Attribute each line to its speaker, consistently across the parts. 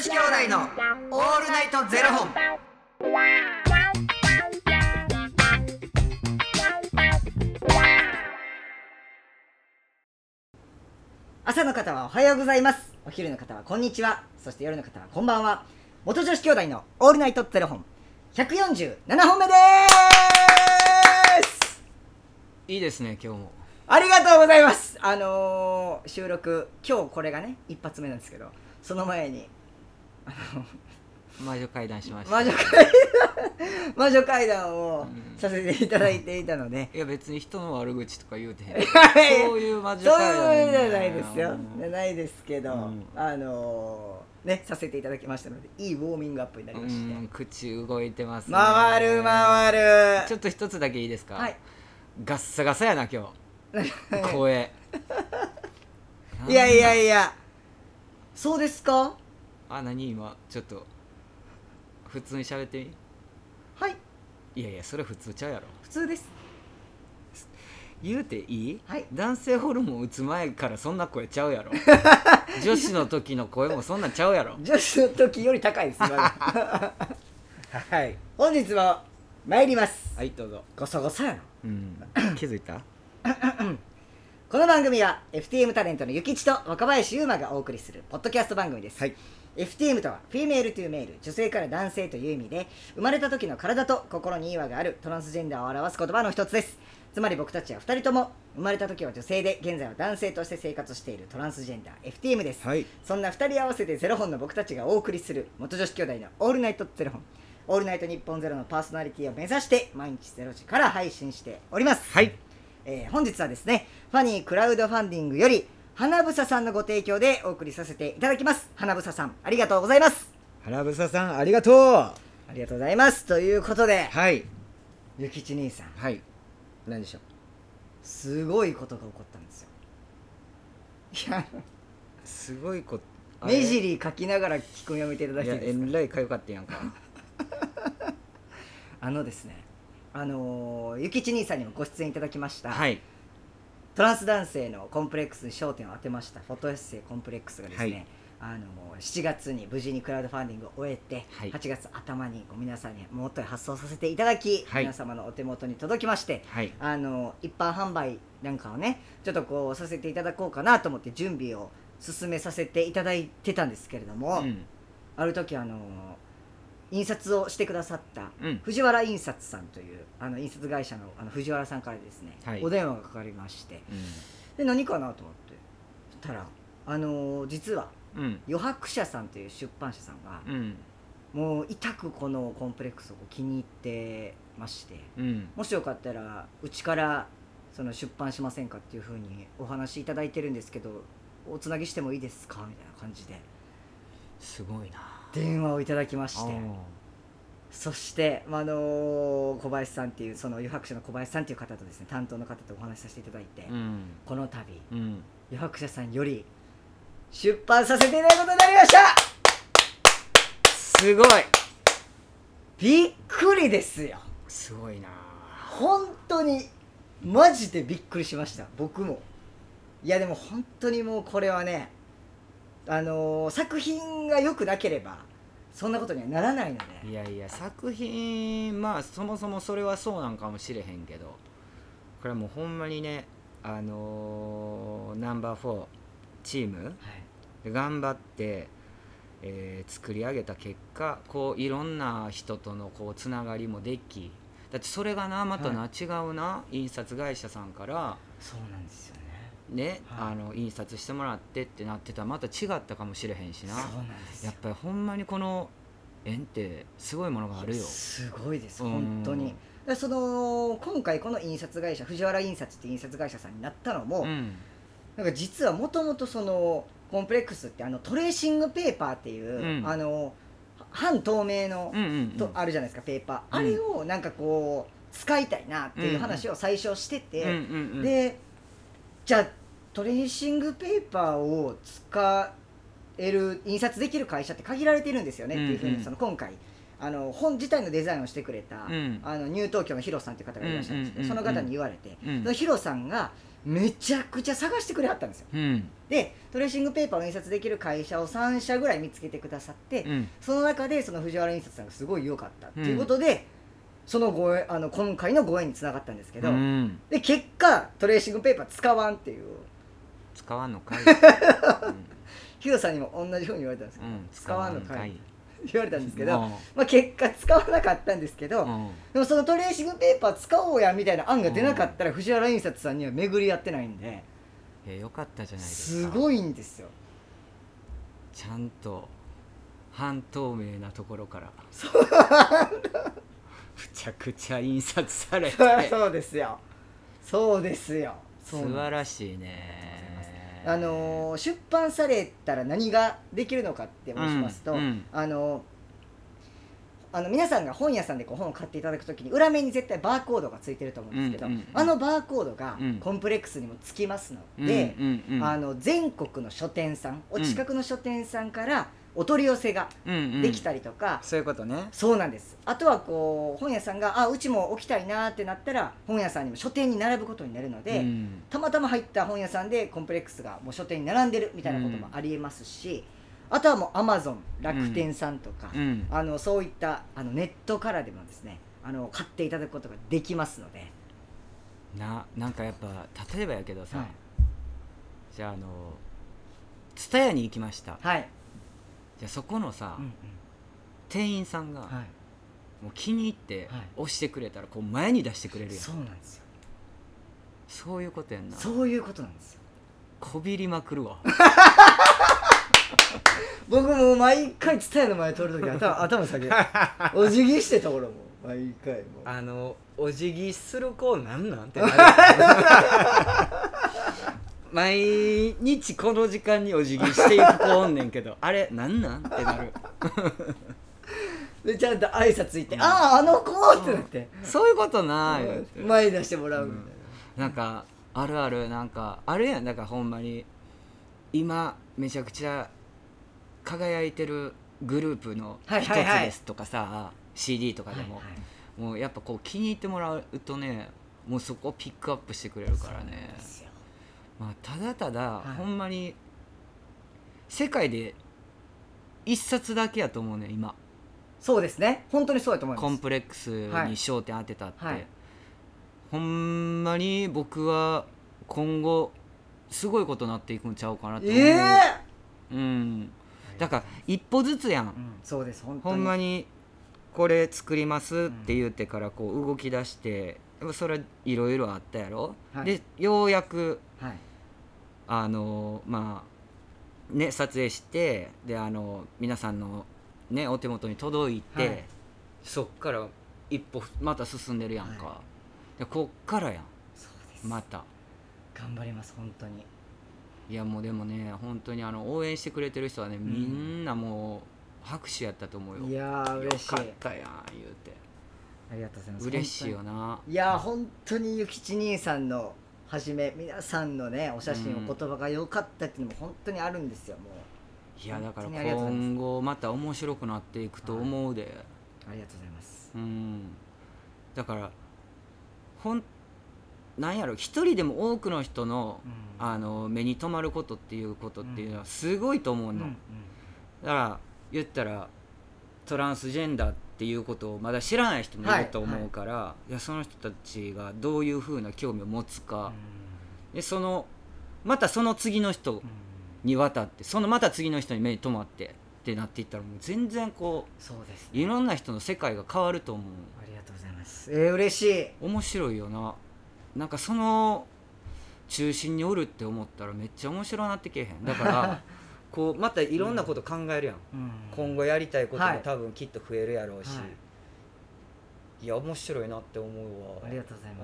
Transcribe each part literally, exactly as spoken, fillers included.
Speaker 1: 子兄弟のオールナイトゼロ本。朝の方はおはようございます。お昼の方はこんにちは。そして夜の方はこんばんは。元女子兄弟のオールナイトゼロ本ひゃくよんじゅうななほんめでーす。
Speaker 2: いいですね、今日も。
Speaker 1: ありがとうございます。あのー、収録今日これがね一発目なんですけど、その前にあの
Speaker 2: 魔女会談しました。
Speaker 1: 魔女会談魔女会談をさせていただいていたので、
Speaker 2: いや別に人の悪口とか言うてへんそういう魔女会談
Speaker 1: そういうじゃないですよ、じゃないですけど、
Speaker 2: うん、
Speaker 1: あのー、ねさせていただきましたので、いいウォーミングアップになりまして、
Speaker 2: うん、口動いてますね。
Speaker 1: 回る回る。
Speaker 2: ちょっと一つだけいいですか。
Speaker 1: はい。
Speaker 2: ガッサガサやな今日声
Speaker 1: いやいやいや、そうですか。
Speaker 2: あ、何今ちょっと普通に喋ってみ。
Speaker 1: はい、
Speaker 2: いやいや、それ普通ちゃうやろ。
Speaker 1: 普通です。
Speaker 2: 言うていい、
Speaker 1: はい、
Speaker 2: 男性ホルモン打つ前からそんな声ちゃうやろ女子の時の声もそんなんちゃうやろ。
Speaker 1: 女子の時より高いです今
Speaker 2: はい、
Speaker 1: 本日は参ります。
Speaker 2: はい、どうぞ。
Speaker 1: ゴソゴソやな、
Speaker 2: うん、気づいた
Speaker 1: この番組は エフティーエム タレントのゆきちと若林優馬がお送りするポッドキャスト番組です。
Speaker 2: はい。
Speaker 1: エフティーエム とはフィメールトゥーメール、女性から男性という意味で、生まれた時の体と心に違和があるトランスジェンダーを表す言葉の一つです。つまり僕たちはふたりとも生まれた時は女性で現在は男性として生活しているトランスジェンダー エフティーエム です。
Speaker 2: はい。
Speaker 1: そんなふたり合わせてゼロ本の僕たちがお送りする元女子兄弟のオールナイトゼロ本、オールナイト日本ゼロのパーソナリティを目指して毎日ゼロ時から配信しております。
Speaker 2: はい。
Speaker 1: えー、本日はですね、ファニークラウドファンディングより花房さんのご提供でお送りさせていただきます。花房さん、ありがとうございます。
Speaker 2: 花房さん、ありがとう。
Speaker 1: ありがとうございます。ということで、
Speaker 2: はい。
Speaker 1: ゆきち兄さん、
Speaker 2: はい。何でしょう。
Speaker 1: すごいことが起こったんですよ。いや、
Speaker 2: すごいこと。
Speaker 1: 目尻書きながら聞くのやめていただきたいですか。
Speaker 2: いや、えらいかゆかったやんか
Speaker 1: あのですね、あのー、ゆきち兄さんにもご出演いただきました、
Speaker 2: はい。
Speaker 1: トランス男性のコンプレックスに焦点を当てましたフォトエッセイコンプレックスがですね、はい、あのしちがつに無事にクラウドファンディングを終えて、はい、はちがつ頭にご皆さんにもっと発送させていただき、はい、皆様のお手元に届きまして、はい、あの一般販売なんかをねちょっとこうさせていただこうかなと思って準備を進めさせていただいてたんですけれども、うん、ある時あの印刷をしてくださった藤原印刷さんというあの印刷会社 の, あの藤原さんからですね、はい、お電話がかかりまして、うん、で何かなと思ってそしたら、あのー、実は、うん、余白社さんという出版社さんが、うん、もう痛くこのコンプレックスを気に入ってまして、うん、もしよかったらうちからその出版しませんかっていう風にお話いただいてるんですけど、おつなぎしてもいいですかみたいな感じです
Speaker 2: ごいな
Speaker 1: 電話をいただきまして、そして、まあのー、小林さんっていうその余白社の小林さんっていう方とですね、担当の方とお話しさせていただいて、うん、この度、うん、余白社さんより出版させていただくことになりました。
Speaker 2: すごい
Speaker 1: びっくりですよ。
Speaker 2: すごいな
Speaker 1: 本当にマジでびっくりしました僕も。いやでも本当にもうこれはね、あのー、作品が良くなければそんなことにはならないので。
Speaker 2: いやいや作品まあそもそもそれはそうなんかもしれへんけど、これはもうほんまにね、あのー、ナンバーフォーチーム、はい、で頑張って、えー、作り上げた結果こういろんな人とのこうつながりもでき、だってそれがなまたな、はい、違うな印刷会社さんから
Speaker 1: そうなんですよね
Speaker 2: ね、
Speaker 1: はい、
Speaker 2: あの印刷してもらってってなってたらまた違ったかもしれへんしな。
Speaker 1: そうなんですよ。
Speaker 2: やっぱりほんまにこの縁ってすごいものがあるよ。
Speaker 1: すごいです本当に。でその今回この印刷会社藤原印刷って印刷会社さんになったのも、うん、なんか実はもともとそのコンプレックスってあのトレーシングペーパーっていう、うん、あの半透明の、うんうんうん、とあるじゃないですかペーパー、うん、あれをなんかこう使いたいなっていう話を最初してて、うんうんうん、でじゃあトレーシングペーパーを使える印刷できる会社って限られてるんですよね、うんうん、っていうふうにその今回あの本自体のデザインをしてくれた、
Speaker 2: うん、
Speaker 1: あのニュー東京のヒロさんっていう方がいらっしゃるんですけど、その方に言われて、
Speaker 2: うん、
Speaker 1: そのヒロさんがめちゃくちゃ探してくれはったんですよ、うん、でトレーシングペーパーを印刷できる会社をさんしゃぐらい見つけてくださって、うん、その中でその藤原印刷さんがすごい良かったっていうことで、うん、そのご縁あの今回のご縁につながったんですけど、うん、で結果トレーシングペーパー使わんっていう
Speaker 2: 使わんのかい、うん、
Speaker 1: ヒロさんにも同じふうに言われたんですけど、うん、使わんのかい言われたんですけど、
Speaker 2: ま
Speaker 1: あ、結果使わなかったんですけど、うん、でもそのトレーシングペーパー使おうやみたいな案が出なかったら、うん、藤原印刷さんには巡り合ってないんで、
Speaker 2: えよかったじゃないです
Speaker 1: か。すごいんですよ。
Speaker 2: ちゃんと半透明なところから
Speaker 1: そうむ
Speaker 2: ちゃくちゃ印刷されて
Speaker 1: そうですよそうですよ
Speaker 2: 素晴らしいね。
Speaker 1: あのー、出版されたら何ができるのかって申しますと、うんうん、あのー、あの皆さんが本屋さんでこう本を買っていただくときに裏面に絶対バーコードがついてると思うんですけど、うんうんうん、あのバーコードがコンプレックスにもつきますので、うんうんうん、あの全国の書店さん、お近くの書店さんからお取り寄せができたりとか、うんうん、
Speaker 2: そういうことね。
Speaker 1: そうなんです。あとはこう本屋さんがあうちも置きたいなってなったら本屋さんにも書店に並ぶことになるので、うん、たまたま入った本屋さんでコンプレックスがもう書店に並んでるみたいなこともありえますし、うん、あとはもうアマゾン、楽天さんとか、うん、あのそういったあのネットからでもですね、あの買っていただくことができますので、
Speaker 2: ななんかやっぱ例えばやけどさ、はい、じゃああのTSUTAYAに行きました、
Speaker 1: はい、
Speaker 2: じゃあそこのさ、うんうん、店員さんが、はい、もう気に入って押してくれたらこう前に出してくれるやん。
Speaker 1: そうなんですよ。
Speaker 2: そういうことやんな。
Speaker 1: そういうことなんですよ。
Speaker 2: こびりまくるわ
Speaker 1: 僕も毎回TSUTAYAの前通るとき頭, 頭下げお辞儀してた頃も毎回も
Speaker 2: あのお辞儀する子なんなんてなる毎日この時間にお辞儀していく子おんねんけどあれなんなんってなる
Speaker 1: でちゃんと挨拶いて、うん、あああの子ってなって、
Speaker 2: うん、そういうことない
Speaker 1: 前に出してもらうみたいな、
Speaker 2: うん、なんかあるあるなんかあるやん。だからほんまに今めちゃくちゃ輝いてるグループの一つですとかさ、はいはいはい、シーディー とかでも、はいはい、もうやっぱこう気に入ってもらうとねもうそこをピックアップしてくれるからね。まあ、ただただ、はい、ほんまに世界で一冊だけやと思うね今。
Speaker 1: そうですね本当にそうやと思います。
Speaker 2: コンプレックスに焦点当てたって、はい、ほんまに僕は今後すごいことになっていくんちゃうかなと思う、
Speaker 1: え
Speaker 2: ー、うんだから一歩ずつやん、うん、
Speaker 1: そうです本当に
Speaker 2: ほんまにこれ作りますって言ってからこう動き出して、うん、それいろいろあったやろ、はい、でようやく、はい、あのまあね撮影してであの皆さんのねお手元に届いて、はい、そっから一歩また進んでるやんか、はい、でこっからやん。
Speaker 1: そうです
Speaker 2: また
Speaker 1: 頑張ります本当に。
Speaker 2: いやもうでもね本当にあの応援してくれてる人はね、うん、みんなもう拍手やったと思うよ。
Speaker 1: いや嬉しい。
Speaker 2: よかったやん言うて
Speaker 1: ありがとうございます。
Speaker 2: 嬉しいよな。
Speaker 1: いや本当にゆきち兄さんのはじめ皆さんのねお写真、うん、お言葉が良かったっていうのも本当にあるんですよ。もう
Speaker 2: いやだから今後また面白くなっていくと思うで、はい、
Speaker 1: ありがとうございます。
Speaker 2: うんだからほんなんやろ一人でも多くの人の、うん、あの目に留まることっていうことっていうのはすごいと思うの、うんうん、だから言ったらトランスジェンダーっていうことをまだ知らない人もいると思うから、はいはい、いやその人たちがどういうふうな興味を持つか、うん、でそのまたその次の人に渡ってそのまた次の人に目に留まってってなっていったらもう全然こう、
Speaker 1: そうですね、
Speaker 2: いろんな人の世界が変わると思う。
Speaker 1: ありがとうございます。えー、嬉しい。
Speaker 2: 面白いよな。なんかその中心におるって思ったらめっちゃ面白なってけえへん。だからこうまたいろんなこと考えるやん、うん、今後やりたいことも多分きっと増えるやろうし、はい、いや面白いなって思うわ。
Speaker 1: ありがとうございます。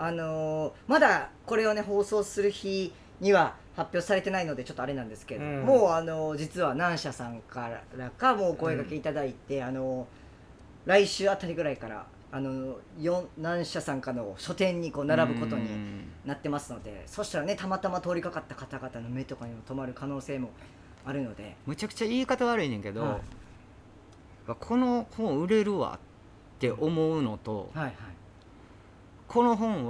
Speaker 1: あのー、まだこれをね放送する日には発表されてないのでちょっとあれなんですけど、うん、もうあのー、実は南社さんからかもうお声掛けいただいて、うん、あのー、来週あたりぐらいからあの南社さんからの書店にこう並ぶことになってますので、そしたらねたまたま通りかかった方々の目とかにも止まる可能性もあるので。
Speaker 2: むちゃくちゃ言い方悪いねんけど、はい、 この本売れるわって思うのと、
Speaker 1: はいはい、
Speaker 2: この本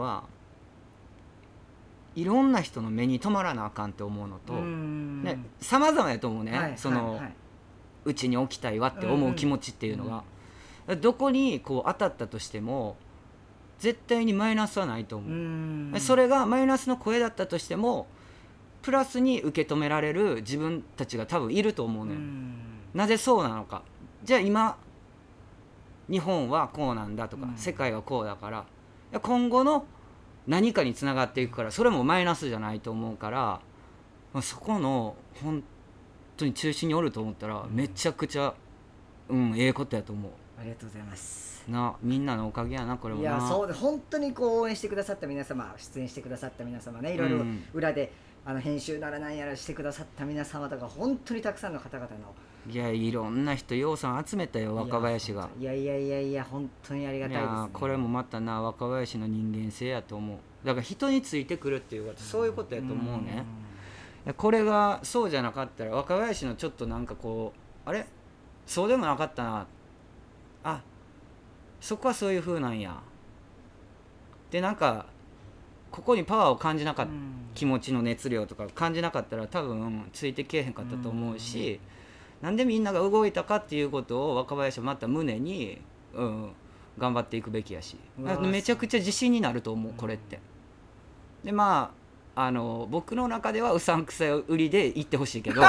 Speaker 2: はいろんな人の目に留まらなあかんって思うのと、ね、様々やと思うね、はい、その、はいはい、うちに置きたいわって思う気持ちっていうのが、うんうん、どこにこう当たったとしても絶対にマイナスはないと思う。うんそれがマイナスの声だったとしてもプラスに受け止められる自分たちが多分いると思うね。うんなぜそうなのか、じゃあ今日本はこうなんだとか、うん、世界はこうだから今後の何かにつながっていくからそれもマイナスじゃないと思うから、そこの本当に中心におると思ったらめちゃくちゃ、うん、ええことやと思う。
Speaker 1: ありがとうございます
Speaker 2: な、みんなのおかげやなこれもな。
Speaker 1: いやそうで本当にこう応援してくださった皆様、出演してくださった皆様ね、いろいろ裏で、うん、あの編集ならなんやらしてくださった皆様とか本当にたくさんの方々の、
Speaker 2: いやいろんな人ようさん集めたよ若林が。
Speaker 1: いやいやいやいや本当にありがたいです、ね、いや
Speaker 2: これもまたな若林の人間性やと思う。だから人についてくるっていうことそういうことやと思うね。うんこれがそうじゃなかったら若林のちょっとなんかこうあれそうでもなかったな、あそこはそういう風なんやでなんかここにパワーを感じなかった、うん、気持ちの熱量とか感じなかったら多分ついてけえへんかったと思うし、うん、なんでみんなが動いたかっていうことを若林はまた胸に、うん、頑張っていくべきやしめちゃくちゃ自信になると思うこれって。でまああの僕の中ではうさんくさい売りで言ってほしいけど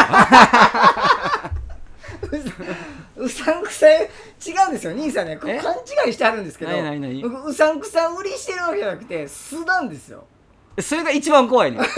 Speaker 1: うさんくさい違うんですよ兄さんね、勘違いしてあるんですけど、
Speaker 2: ないないない、
Speaker 1: うさんくさ売りしてるわけじゃなくて素なんですよ。
Speaker 2: それが一番怖いね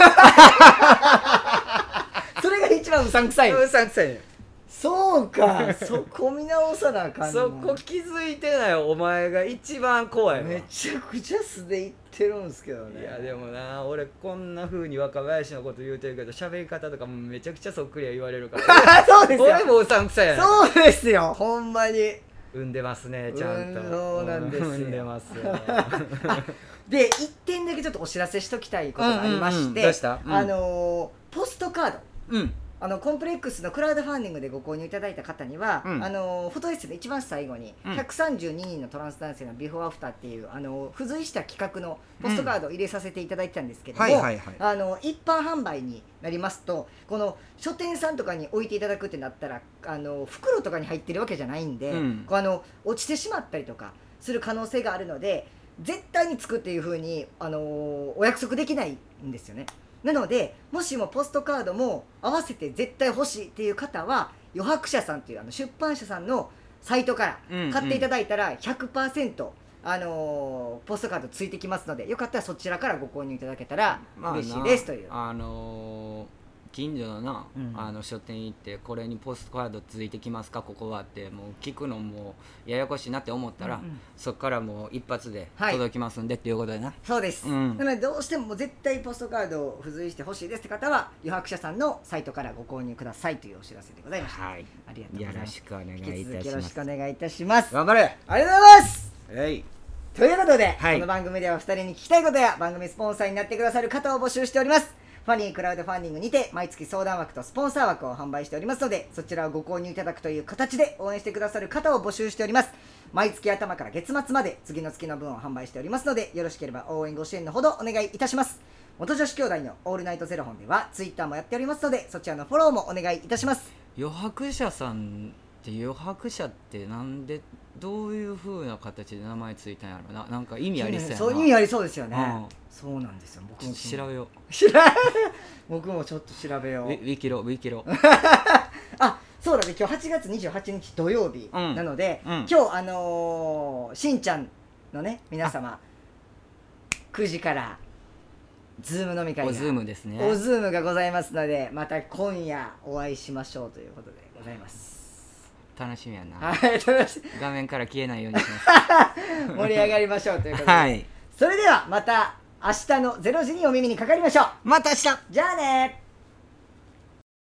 Speaker 1: それが一番うさんくさい。
Speaker 2: うさんくさいね。
Speaker 1: そうかそこ見直さなあかん
Speaker 2: そこ気づいてないお前が一番怖いわ。
Speaker 1: めちゃくちゃ素で言ってるんですけどね。
Speaker 2: いやでもな俺こんな風に若林のこと言うてるけど喋り方とかもめちゃくちゃそっくりは言われるから
Speaker 1: そうですよ
Speaker 2: 俺もうさんくさいやな。
Speaker 1: そうですよほんまに
Speaker 2: 産んでますねちゃんと。
Speaker 1: そうなんですよ
Speaker 2: 産んでますよ
Speaker 1: でいってんだけちょっとお知らせしときたいことがありまして、うんうんうん、
Speaker 2: どうした、うん、
Speaker 1: あのー、ポストカード、
Speaker 2: うん
Speaker 1: あのコンプレックスのクラウドファンディングでご購入いただいた方には、うん、あのフォトエッセイの一番最後に、うん、ひゃくさんじゅうににんのトランス男性のビフォーアフターっていうあの付随した企画のポストカードを入れさせていただいてたんですけども、うんはいはいはい、あの一般販売になりますとこの書店さんとかに置いていただくってなったらあの袋とかに入ってるわけじゃないんで、うん、こうあの落ちてしまったりとかする可能性があるので絶対につくっていう風にあのお約束できないんですよね。なのでもしもポストカードも合わせて絶対欲しいっていう方は余白社さんっていうあの出版社さんのサイトから買っていただいたら ひゃくパーセント、あのー、ポストカードついてきますのでよかったらそちらからご購入いただけたら嬉しいですという、
Speaker 2: まあ、あのー近所のな、うん、あの書店行ってこれにポストカードついてきますかここはってもう聞くのもややこしいなって思ったら、うんうん、そこからもう一発で届きますんで、はい、っていうことでな。
Speaker 1: そうです、うん、なのでどうしても絶対ポストカードを付随してほしいですって方は余白社さんのサイトからご購入くださいというお知らせでございました。
Speaker 2: はい、
Speaker 1: ありがとうございます。
Speaker 2: よろしくお願いいたします。
Speaker 1: 引き続きよろしくお願いいたします。
Speaker 2: 頑張れ。
Speaker 1: ありがとうございます。
Speaker 2: はい。
Speaker 1: ということで、
Speaker 2: はい、
Speaker 1: この番組ではふたりに聞きたいことや番組スポンサーになってくださる方を募集しております。ファニークラウドファンディングにて毎月相談枠とスポンサー枠を販売しておりますのでそちらをご購入いただくという形で応援してくださる方を募集しております。毎月頭から月末まで次の月の分を販売しておりますのでよろしければ応援ご支援のほどお願いいたします。元女子兄弟のオールナイトゼロ本ではツイッターもやっておりますのでそちらのフォローもお願いいたします。
Speaker 2: 余白社さんって余白社ってなんでどういう風な形で名前ついたんやろな。なんか意味ありそうやな。
Speaker 1: そう意味ありそうですよね、うん、そうなんですよ。僕も
Speaker 2: 調べよう
Speaker 1: 僕もちょっと調べよう。ウ
Speaker 2: ィキロウィキロ
Speaker 1: あそうだね今日はちがつにじゅうはちにち土曜日なので、うんうん、今日あのー、しんちゃんのね皆様くじからズーム飲み会が
Speaker 2: おズームですね
Speaker 1: おズームがございますのでまた今夜お会いしましょうということでございます。
Speaker 2: 楽しみやな。
Speaker 1: はい楽しみ
Speaker 2: 画面から消えないようにします
Speaker 1: 盛り上がりましょうということで、
Speaker 2: はい、
Speaker 1: それではまた明日のれいじにお耳にかかりましょう。
Speaker 2: また明日。
Speaker 1: じゃあね。